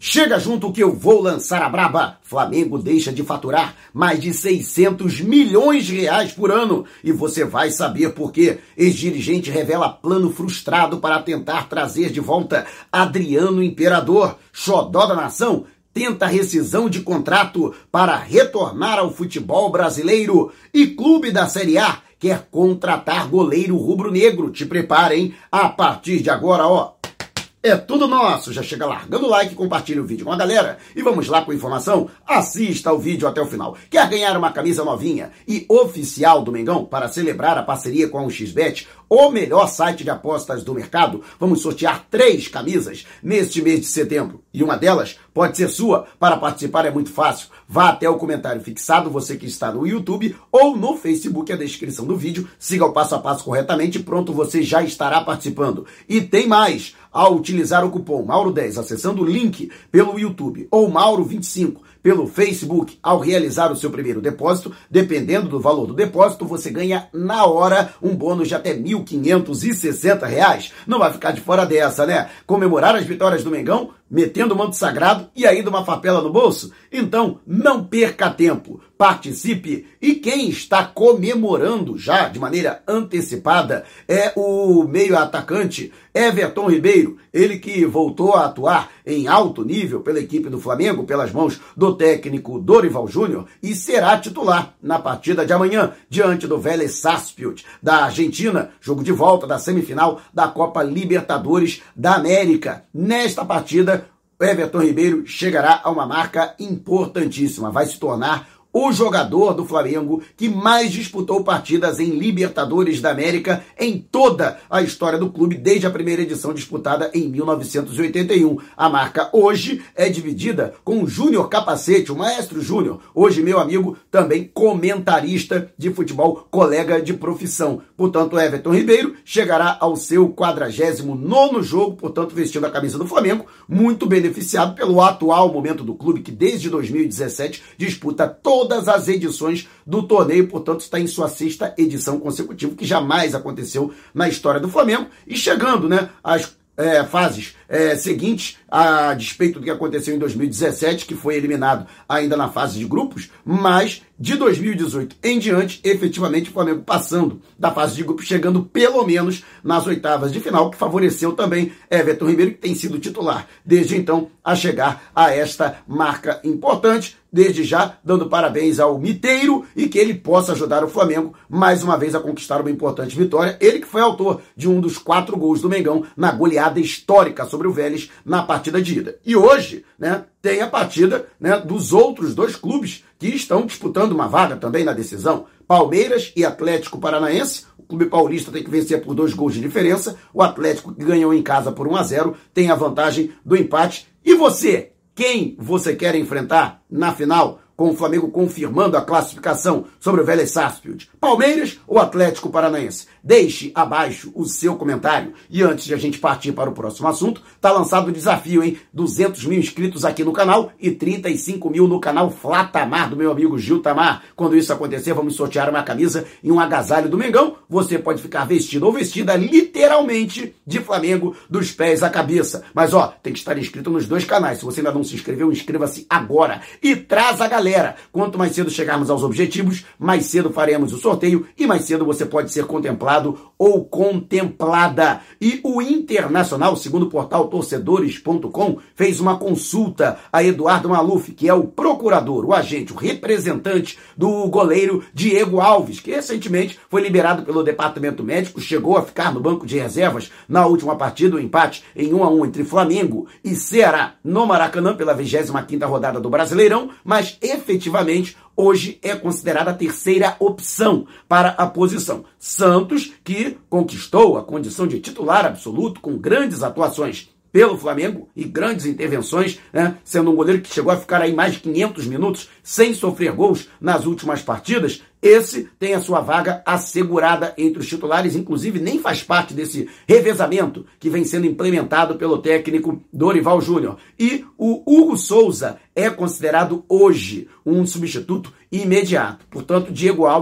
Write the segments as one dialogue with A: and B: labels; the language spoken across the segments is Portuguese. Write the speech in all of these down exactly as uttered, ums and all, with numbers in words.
A: Chega junto que eu vou lançar a braba. Flamengo deixa de faturar mais de seiscentos milhões de reais por ano. E você vai saber por quê. Ex-dirigente revela plano frustrado para tentar trazer de volta Adriano Imperador. Xodó da nação tenta rescisão de contrato para retornar ao futebol brasileiro. E clube da Série A quer contratar goleiro rubro-negro. Te prepara, hein? A partir de agora, ó. É tudo nosso, já chega largando o like, compartilha o vídeo com a galera e vamos lá com a informação, assista o vídeo até o final. Quer ganhar uma camisa novinha e oficial do Mengão para celebrar a parceria com o X Bet, o melhor site de apostas do mercado? Vamos sortear três camisas neste mês de setembro e uma delas pode ser sua. Para participar é muito fácil, vá até o comentário fixado, você que está no YouTube ou no Facebook, a descrição do vídeo, siga o passo a passo corretamente e pronto, você já estará participando. E tem mais! Ao utilizar o cupom Mauro dez, acessando o link pelo YouTube, ou Mauro vinte e cinco pelo Facebook, ao realizar o seu primeiro depósito, dependendo do valor do depósito, você ganha na hora um bônus de até mil quinhentos e sessenta reais. Não vai ficar de fora dessa, né? Comemorar as vitórias do Mengão, metendo o manto sagrado e ainda uma farpela no bolso? Então, não perca tempo, participe. E quem está comemorando já de maneira antecipada é o meio-atacante Everton Ribeiro, ele que voltou a atuar em alto nível pela equipe do Flamengo, pelas mãos do técnico Dorival Júnior, e será titular na partida de amanhã, diante do Vélez Sarsfield, da Argentina, jogo de volta da semifinal da Copa Libertadores da América. Nesta partida, Everton Ribeiro chegará a uma marca importantíssima, vai se tornar o jogador do Flamengo que mais disputou partidas em Libertadores da América em toda a história do clube, desde a primeira edição disputada em mil novecentos e oitenta e um. A marca hoje é dividida com o Júnior Capacete, o Maestro Júnior, hoje meu amigo, também comentarista de futebol, colega de profissão. Portanto, Everton Ribeiro chegará ao seu quadragésimo nono jogo, portanto, vestindo a camisa do Flamengo, muito beneficiado pelo atual momento do clube, que desde dois mil e dezessete disputa todo todas as edições do torneio, portanto está em sua sexta edição consecutiva, que jamais aconteceu na história do Flamengo, e chegando, né, às é, fases é, seguintes, a despeito do que aconteceu em dois mil e dezessete, que foi eliminado ainda na fase de grupos, mas de dois mil e dezoito em diante, efetivamente o Flamengo passando da fase de grupos, chegando pelo menos nas oitavas de final, que favoreceu também Everton Ribeiro, que tem sido titular desde então a chegar a esta marca importante. Desde já, dando parabéns ao Miteiro e que ele possa ajudar o Flamengo mais uma vez a conquistar uma importante vitória. Ele que foi autor de um dos quatro gols do Mengão na goleada histórica sobre o Vélez na partida de ida. E hoje, né, tem a partida, né, dos outros dois clubes que estão disputando uma vaga também na decisão. Palmeiras e Atlético Paranaense. O clube paulista tem que vencer por dois gols de diferença. O Atlético, que ganhou em casa por um a zero, tem a vantagem do empate. E você? Quem você quer enfrentar na final, com o Flamengo confirmando a classificação sobre o Vélez Sarsfield? Palmeiras ou Atlético Paranaense? Deixe abaixo o seu comentário. E antes de a gente partir para o próximo assunto, tá lançado o desafio, hein? duzentos mil inscritos aqui no canal e trinta e cinco mil no canal Flá Tamar, do meu amigo Gil Tamar. Quando isso acontecer, vamos sortear uma camisa e um agasalho do Mengão. Você pode ficar vestido ou vestida literalmente de Flamengo, dos pés à cabeça. Mas ó, tem que estar inscrito nos dois canais. Se você ainda não se inscreveu, inscreva-se agora e traz a galera. Quanto mais cedo chegarmos aos objetivos, mais cedo faremos o sorteio e mais cedo você pode ser contemplado ou contemplada. E o Internacional, segundo o portal torcedores ponto com, fez uma consulta a Eduardo Maluf, que é o procurador, o agente, o representante do goleiro Diego Alves, que recentemente foi liberado pelo departamento médico, chegou a ficar no banco de reservas na última partida, o empate em um a um entre Flamengo e Ceará no Maracanã pela vigésima quinta rodada do Brasileirão, mas efetivamente hoje é considerada a terceira opção para a posição. Santos, que conquistou a condição de titular absoluto com grandes atuações pelo Flamengo e grandes intervenções, né, sendo um goleiro que chegou a ficar aí mais de quinhentos minutos sem sofrer gols nas últimas partidas. Esse tem a sua vaga assegurada entre os titulares, inclusive nem faz parte desse revezamento que vem sendo implementado pelo técnico Dorival Júnior. E o Hugo Souza é considerado hoje um substituto imediato. Portanto, Diego Alves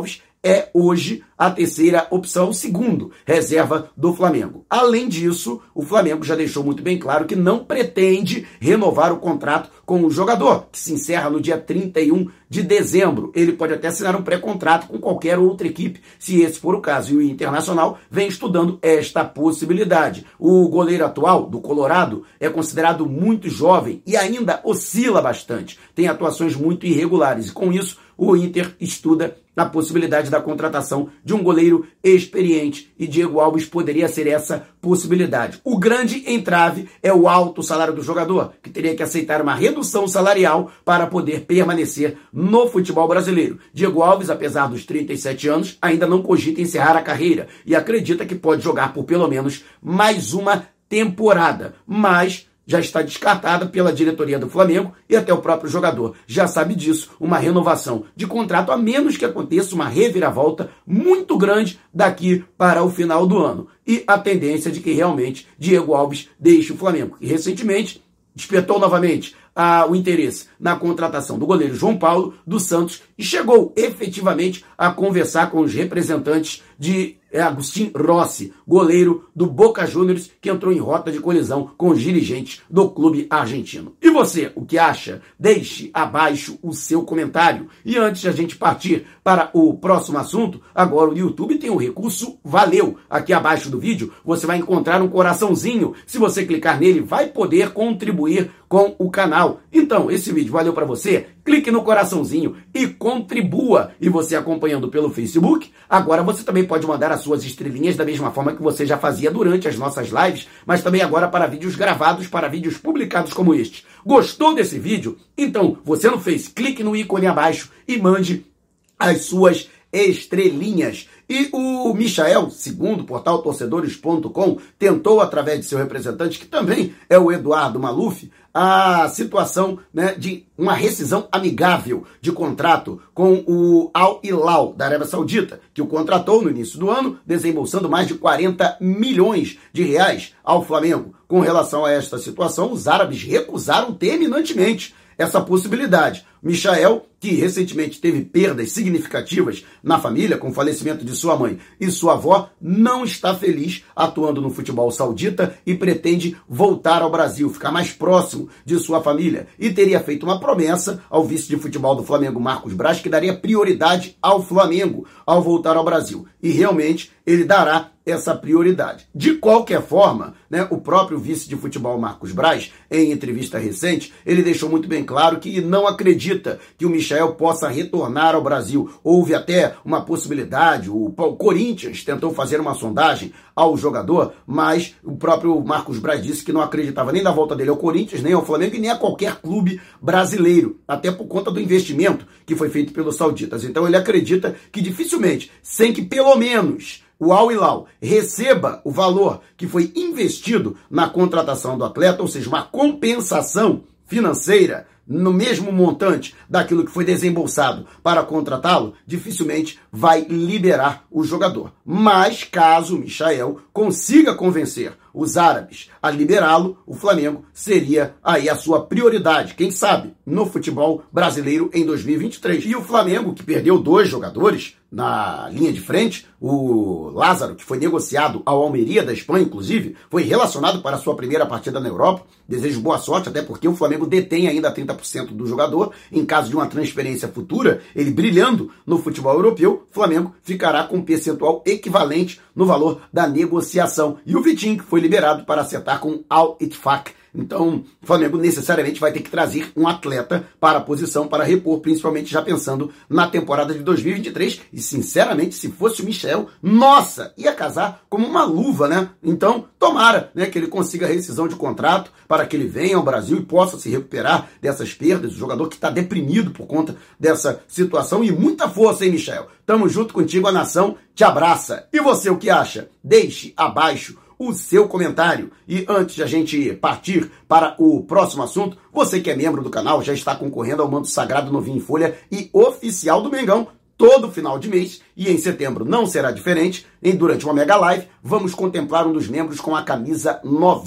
A: é hoje a terceira opção, o segundo reserva do Flamengo. Além disso, o Flamengo já deixou muito bem claro que não pretende renovar o contrato com o jogador, que se encerra no dia trinta e um de dezembro. Ele pode até assinar um pré-contrato com qualquer outra equipe, se esse for o caso. E o Internacional vem estudando esta possibilidade. O goleiro atual do Colorado é considerado muito jovem e ainda oscila bastante. Tem atuações muito irregulares. E com isso, o Inter estuda a possibilidade da contratação de um goleiro experiente, e Diego Alves poderia ser essa possibilidade. O grande entrave é o alto salário do jogador, que teria que aceitar uma redução salarial para poder permanecer no futebol brasileiro. Diego Alves, apesar dos trinta e sete anos, ainda não cogita encerrar a carreira e acredita que pode jogar por pelo menos mais uma temporada, mas já está descartada pela diretoria do Flamengo e até o próprio jogador já sabe disso, uma renovação de contrato, a menos que aconteça uma reviravolta muito grande daqui para o final do ano. E a tendência de que realmente Diego Alves deixe o Flamengo, que recentemente despertou novamente ah, o interesse na contratação do goleiro João Paulo do Santos e chegou efetivamente a conversar com os representantes de Agustín Rossi, goleiro do Boca Juniors, que entrou em rota de colisão com os dirigentes do clube argentino. E você, o que acha? Deixe abaixo o seu comentário. E antes de a gente partir para o próximo assunto, agora o YouTube tem o recurso Valeu. Aqui abaixo do vídeo você vai encontrar um coraçãozinho. Se você clicar nele, vai poder contribuir com o canal. Então, esse vídeo valeu para você? Clique no coraçãozinho e contribua. E você acompanhando pelo Facebook, agora você também pode mandar as suas estrelinhas da mesma forma que você já fazia durante as nossas lives, mas também agora para vídeos gravados, para vídeos publicados como este. Gostou desse vídeo? Então, você não fez? Clique no ícone abaixo e mande as suas estrelinhas. E o Michael, segundo o portal torcedores ponto com, tentou, através de seu representante, que também é o Eduardo Maluf, a situação, né, de uma rescisão amigável de contrato com o Al Hilal da Arábia Saudita, que o contratou no início do ano, desembolsando mais de quarenta milhões de reais ao Flamengo. Com relação a esta situação, os árabes recusaram terminantemente essa possibilidade. Michael, que recentemente teve perdas significativas na família com o falecimento de sua mãe e sua avó, não está feliz atuando no futebol saudita e pretende voltar ao Brasil, ficar mais próximo de sua família. E teria feito uma promessa ao vice de futebol do Flamengo, Marcos Braz, que daria prioridade ao Flamengo ao voltar ao Brasil. E realmente ele dará essa prioridade. De qualquer forma, né, o próprio vice de futebol, Marcos Braz, em entrevista recente, ele deixou muito bem claro que não acredita que o Michael possa retornar ao Brasil. Houve até uma possibilidade, o Corinthians tentou fazer uma sondagem ao jogador, mas o próprio Marcos Braz disse que não acreditava nem na volta dele ao Corinthians, nem ao Flamengo e nem a qualquer clube brasileiro, até por conta do investimento que foi feito pelos sauditas. Então ele acredita que dificilmente, sem que pelo menos o Al Hilal receba o valor que foi investido na contratação do atleta, ou seja, uma compensação financeira no mesmo montante daquilo que foi desembolsado para contratá-lo, dificilmente vai liberar o jogador. Mas caso o Michael consiga convencer os árabes a liberá-lo, o Flamengo seria aí a sua prioridade, quem sabe, no futebol brasileiro em dois mil e vinte e três. E o Flamengo, que perdeu dois jogadores na linha de frente, o Lázaro, que foi negociado ao Almeria da Espanha, inclusive, foi relacionado para a sua primeira partida na Europa. Desejo boa sorte, até porque o Flamengo detém ainda trinta por cento do jogador. Em caso de uma transferência futura, ele brilhando no futebol europeu, o Flamengo ficará com um percentual equivalente no valor da negociação. E o Vitinho, que foi liberado para acertar com Al Ittifaq. Então, o Flamengo necessariamente vai ter que trazer um atleta para a posição, para repor, principalmente já pensando na temporada de dois mil e vinte e três. E, sinceramente, se fosse o Michael, nossa, ia casar como uma luva, né? Então, tomara, né, que ele consiga a rescisão de contrato para que ele venha ao Brasil e possa se recuperar dessas perdas. O jogador que está deprimido por conta dessa situação. E muita força, hein, Michael? Tamo junto contigo, a nação te abraça. E você, o que acha? Deixe abaixo o seu comentário. E antes de a gente partir para o próximo assunto, você que é membro do canal já está concorrendo ao manto sagrado novinho em folha e oficial do Mengão todo final de mês, e em setembro não será diferente. E durante uma mega live vamos contemplar um dos membros com a camisa novinha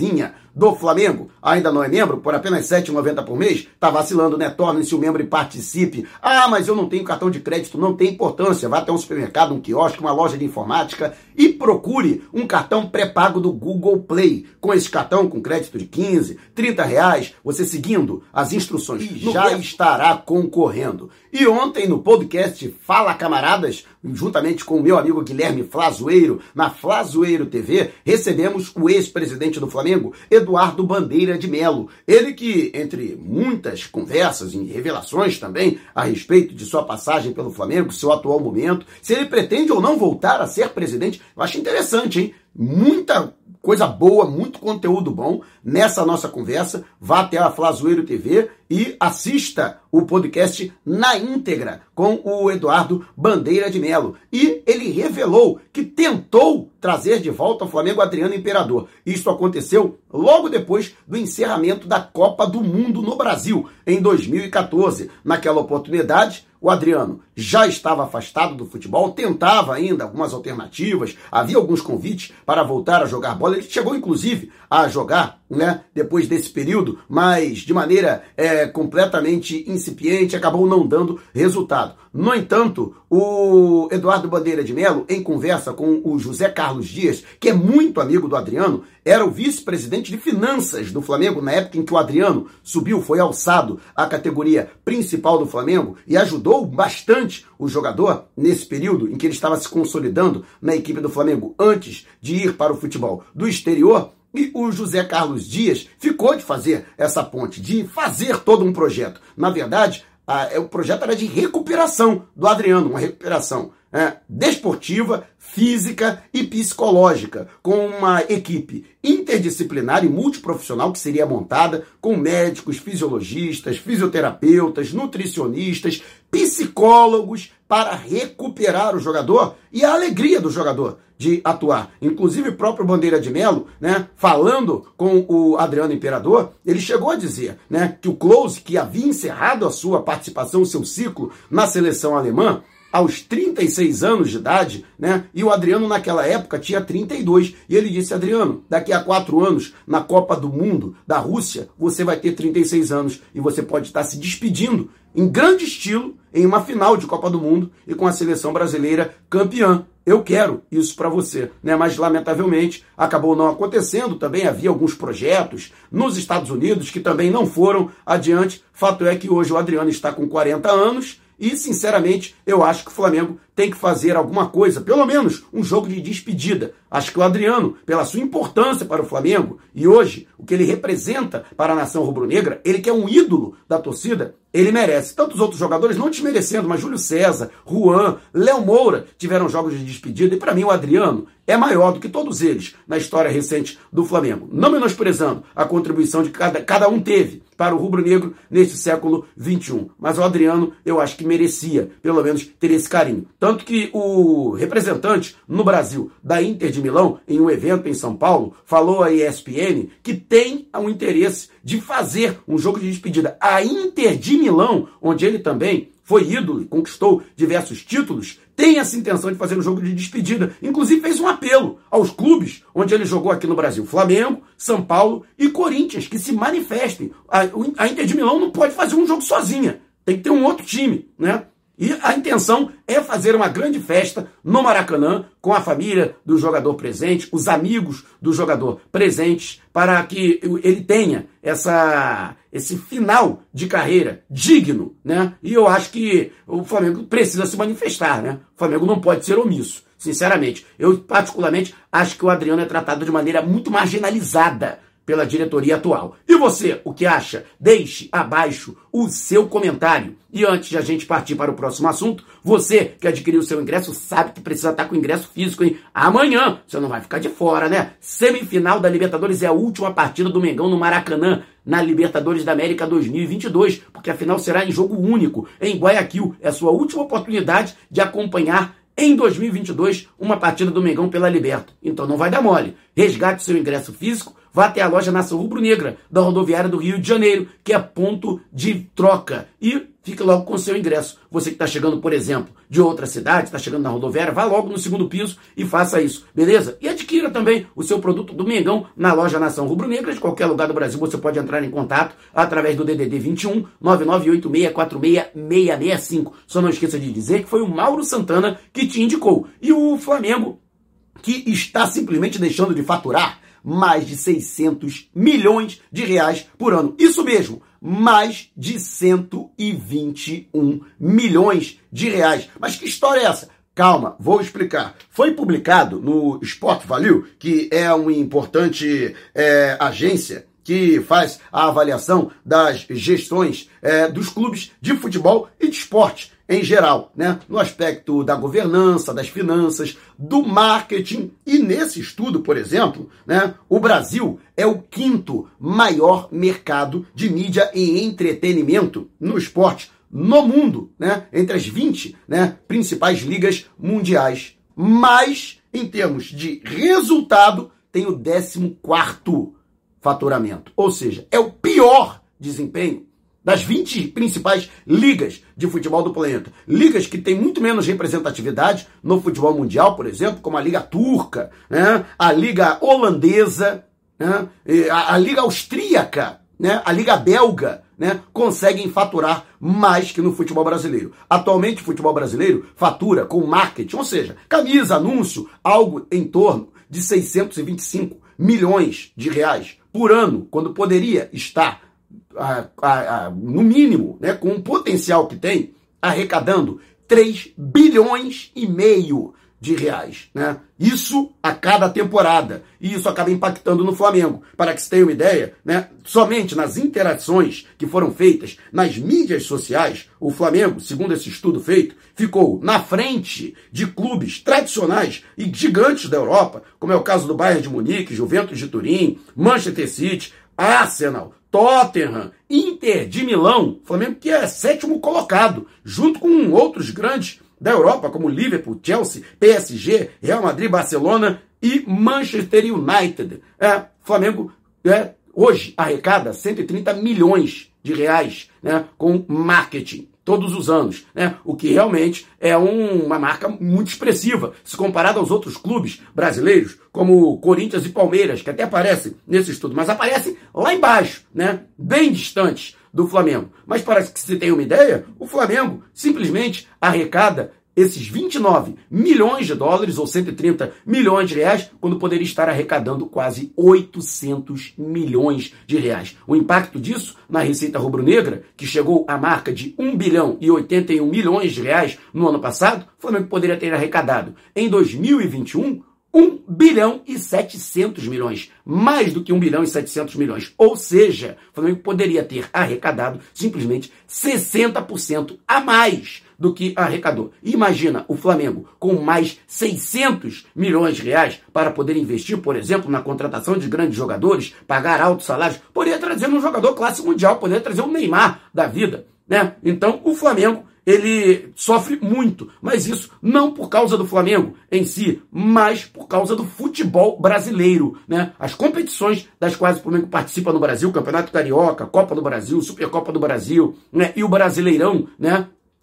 A: do Flamengo. Ainda não é membro? Por apenas sete reais e noventa centavos por mês? Tá vacilando, né? Torne-se um membro e participe. Ah, mas eu não tenho cartão de crédito. Não tem importância. Vá até um supermercado, um quiosque, uma loja de informática e procure um cartão pré-pago do Google Play. Com esse cartão, com crédito de quinze, trinta reais, você seguindo as instruções, já estará concorrendo. E ontem, no podcast Fala Camaradas, juntamente com o meu amigo Guilherme Flazoeiro, na Flazoeiro T V, recebemos o ex-presidente do Flamengo, Eduardo Bandeira de Melo. Ele que, entre muitas conversas e revelações também a respeito de sua passagem pelo Flamengo, seu atual momento, se ele pretende ou não voltar a ser presidente, eu acho interessante, hein? Muita coisa boa, muito conteúdo bom nessa nossa conversa. Vá até a Flazoeiro T V e assista o podcast na íntegra com o Eduardo Bandeira de Melo. E ele revelou que tentou trazer de volta ao Flamengo Adriano Imperador. Isso aconteceu logo depois do encerramento da Copa do Mundo no Brasil, em dois mil e quatorze. Naquela oportunidade, o Adriano já estava afastado do futebol, tentava ainda algumas alternativas, havia alguns convites para voltar a jogar bola. Ele chegou, inclusive, a jogar, né, depois desse período, mas de maneira é, completamente incipiente, acabou não dando resultado. No entanto, o Eduardo Bandeira de Melo, em conversa com o José Carlos Dias, que é muito amigo do Adriano, era o vice-presidente de finanças do Flamengo, na época em que o Adriano subiu, foi alçado à categoria principal do Flamengo e ajudou bastante o jogador nesse período em que ele estava se consolidando na equipe do Flamengo antes de ir para o futebol do exterior. E o José Carlos Dias ficou de fazer essa ponte, de fazer todo um projeto. Na verdade, a, o projeto era de recuperação do Adriano, uma recuperação é, desportiva, física e psicológica, com uma equipe interdisciplinar e multiprofissional que seria montada com médicos, fisiologistas, fisioterapeutas, nutricionistas, psicólogos para recuperar o jogador e a alegria do jogador de atuar. Inclusive o próprio Bandeira de Melo, né, falando com o Adriano Imperador, ele chegou a dizer, né, que o Klose, que havia encerrado a sua participação, o seu ciclo na seleção alemã, aos trinta e seis anos de idade, né? E o Adriano naquela época tinha trinta e dois. E ele disse: Adriano, daqui a quatro anos, na Copa do Mundo da Rússia, você vai ter trinta e seis anos e você pode estar se despedindo em grande estilo em uma final de Copa do Mundo e com a seleção brasileira campeã. Eu quero isso para você, né? Mas lamentavelmente acabou não acontecendo. Também havia alguns projetos nos Estados Unidos que também não foram adiante. Fato é que hoje o Adriano está com quarenta anos. E, sinceramente, eu acho que o Flamengo tem que fazer alguma coisa, pelo menos um jogo de despedida. Acho que o Adriano, pela sua importância para o Flamengo, e hoje, o que ele representa para a nação rubro-negra, ele que é um ídolo da torcida, ele merece. Tantos outros jogadores, não desmerecendo, mas Júlio César, Juan, Léo Moura tiveram jogos de despedida. E para mim o Adriano é maior do que todos eles na história recente do Flamengo. Não menosprezando a contribuição de cada, cada um teve para o rubro-negro neste século vinte e um. Mas o Adriano, eu acho que merecia, pelo menos, ter esse carinho. Tanto que o representante no Brasil da Inter de Milão, em um evento em São Paulo, falou à E S P N que tem um interesse de fazer um jogo de despedida. A Inter de Milão, onde ele também foi ídolo e conquistou diversos títulos, tem essa intenção de fazer um jogo de despedida. Inclusive fez um apelo aos clubes onde ele jogou aqui no Brasil, Flamengo, São Paulo e Corinthians, que se manifestem. A, a Inter de Milão não pode fazer um jogo sozinha, tem que ter um outro time, né? E a intenção é fazer uma grande festa no Maracanã, com a família do jogador presente, os amigos do jogador presentes, para que ele tenha essa, esse final de carreira digno, né? E eu acho que o Flamengo precisa se manifestar, né? O Flamengo não pode ser omisso, sinceramente. Eu, particularmente, acho que o Adriano é tratado de maneira muito marginalizada pela diretoria atual. E você, o que acha? Deixe abaixo o seu comentário. E antes de a gente partir para o próximo assunto, você que adquiriu o seu ingresso sabe que precisa estar com o ingresso físico, hein? Amanhã você não vai ficar de fora, né? Semifinal da Libertadores é a última partida do Mengão no Maracanã, na Libertadores da América dois mil e vinte e dois, porque a final será em jogo único, em Guayaquil. É a sua última oportunidade de acompanhar em dois mil e vinte e dois uma partida do Mengão pela Liberta. Então não vai dar mole. Resgate seu ingresso físico, vá até a loja Nação Rubro-Negra da Rodoviária do Rio de Janeiro, que é ponto de troca, e fique logo com seu ingresso. Você que está chegando, por exemplo, de outra cidade, está chegando na rodoviária, vá logo no segundo piso e faça isso, beleza? E adquira também o seu produto do Mengão na loja Nação Rubro-Negra. De qualquer lugar do Brasil você pode entrar em contato através do D D D vinte e um, nove nove oito seis quatro seis, seis seis cinco. Só não esqueça de dizer que foi o Mauro Santana que te indicou. E o Flamengo, que está simplesmente deixando de faturar mais de seiscentos milhões de reais por ano. Isso mesmo, mais de cento e vinte e um milhões de reais. Mas que história é essa? Calma, vou explicar. Foi publicado no Sport Value, que é uma importante é, agência que faz a avaliação das gestões é, dos clubes de futebol e de esporte em geral, né? No aspecto da governança, das finanças, do marketing. E nesse estudo, por exemplo, né, o Brasil é o quinto maior mercado de mídia e entretenimento no esporte no mundo, né? Entre as vinte, né, principais ligas mundiais. Mas, em termos de resultado, tem o décimo quarto faturamento. Ou seja, é o pior desempenho das vinte principais ligas de futebol do planeta. Ligas que têm muito menos representatividade no futebol mundial, por exemplo, como a Liga Turca, né? A Liga Holandesa, né? a, a Liga Austríaca, né? A Liga Belga, né? Conseguem faturar mais que no futebol brasileiro. Atualmente, o futebol brasileiro fatura com marketing, ou seja, camisa, anúncio, algo em torno de seiscentos e vinte e cinco milhões de reais por ano, quando poderia estar A, a, a, no mínimo, né, com o potencial que tem, arrecadando três bilhões e meio de reais, né? Isso a cada temporada. E isso acaba impactando no Flamengo. Para que você tenha uma ideia, né, somente nas interações que foram feitas nas mídias sociais, o Flamengo, segundo esse estudo feito, ficou na frente de clubes tradicionais e gigantes da Europa, como é o caso do Bayern de Munique, Juventus de Turim, Manchester City, Arsenal, Tottenham, Inter de Milão, Flamengo que é sétimo colocado, junto com outros grandes da Europa, como Liverpool, Chelsea, P S G, Real Madrid, Barcelona e Manchester United. É, Flamengo é, hoje arrecada cento e trinta milhões de reais, né, com marketing todos os anos, né? O que realmente é um, uma marca muito expressiva, se comparado aos outros clubes brasileiros, como Corinthians e Palmeiras, que até aparecem nesse estudo, mas aparecem lá embaixo, né? Bem distantes do Flamengo. Mas para que você tenha uma ideia, o Flamengo simplesmente arrecada esses vinte e nove milhões de dólares, ou cento e trinta milhões de reais, quando poderia estar arrecadando quase oitocentos milhões de reais. O impacto disso na receita rubro-negra, que chegou à marca de um bilhão e oitenta e um milhões de reais no ano passado, o Flamengo poderia ter arrecadado em dois mil e vinte e um um bilhão e setecentos milhões, mais do que um bilhão e setecentos milhões. Ou seja, o Flamengo poderia ter arrecadado simplesmente sessenta por cento a mais do que arrecadou. Imagina o Flamengo com mais seiscentos milhões de reais para poder investir, por exemplo, na contratação de grandes jogadores, pagar altos salários, poderia trazer um jogador classe mundial, poderia trazer um Neymar da vida, né? Então, o Flamengo ele sofre muito, mas isso não por causa do Flamengo em si, mas por causa do futebol brasileiro, né? As competições das quais o Flamengo participa no Brasil, Campeonato Carioca, Copa do Brasil, Supercopa do Brasil, né? E o Brasileirão, né?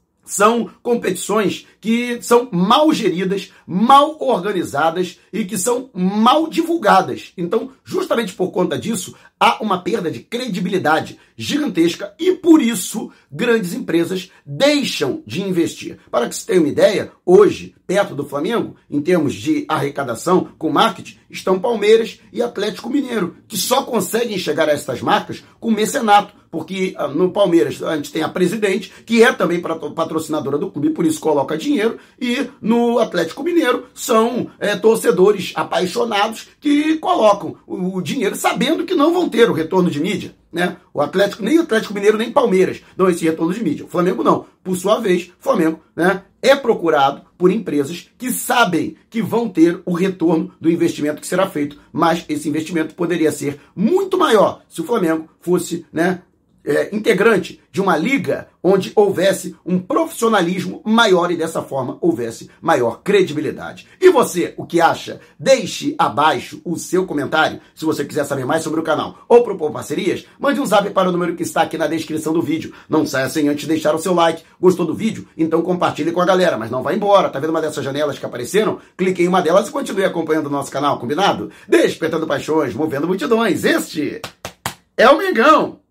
A: São competições que são mal geridas, mal organizadas e que são mal divulgadas. Então, justamente por conta disso, há uma perda de credibilidade gigantesca e, por isso, grandes empresas deixam de investir. Para que você tenha uma ideia, hoje, perto do Flamengo, em termos de arrecadação com marketing, estão Palmeiras e Atlético Mineiro, que só conseguem chegar a essas marcas com mecenato, porque no Palmeiras a gente tem a presidente, que é também patrocinadora do clube, por isso coloca dinheiro, e no Atlético Mineiro são é, torcedores apaixonados que colocam o, o dinheiro sabendo que não vão ter o retorno de mídia, né? O Atlético, nem o Atlético Mineiro, nem Palmeiras dão esse retorno de mídia. O Flamengo não. Por sua vez, o Flamengo, né, é procurado por empresas que sabem que vão ter o retorno do investimento que será feito, mas esse investimento poderia ser muito maior se o Flamengo fosse, né, é, integrante de uma liga onde houvesse um profissionalismo maior e dessa forma houvesse maior credibilidade. E você, o que acha? Deixe abaixo o seu comentário. Se você quiser saber mais sobre o canal ou propor parcerias, mande um zap para o número que está aqui na descrição do vídeo. Não saia sem antes deixar o seu like. Gostou do vídeo? Então compartilhe com a galera, mas não vá embora. Tá vendo uma dessas janelas que apareceram? Clique em uma delas e continue acompanhando o nosso canal, combinado? Despertando paixões, movendo multidões. Este é o Mengão!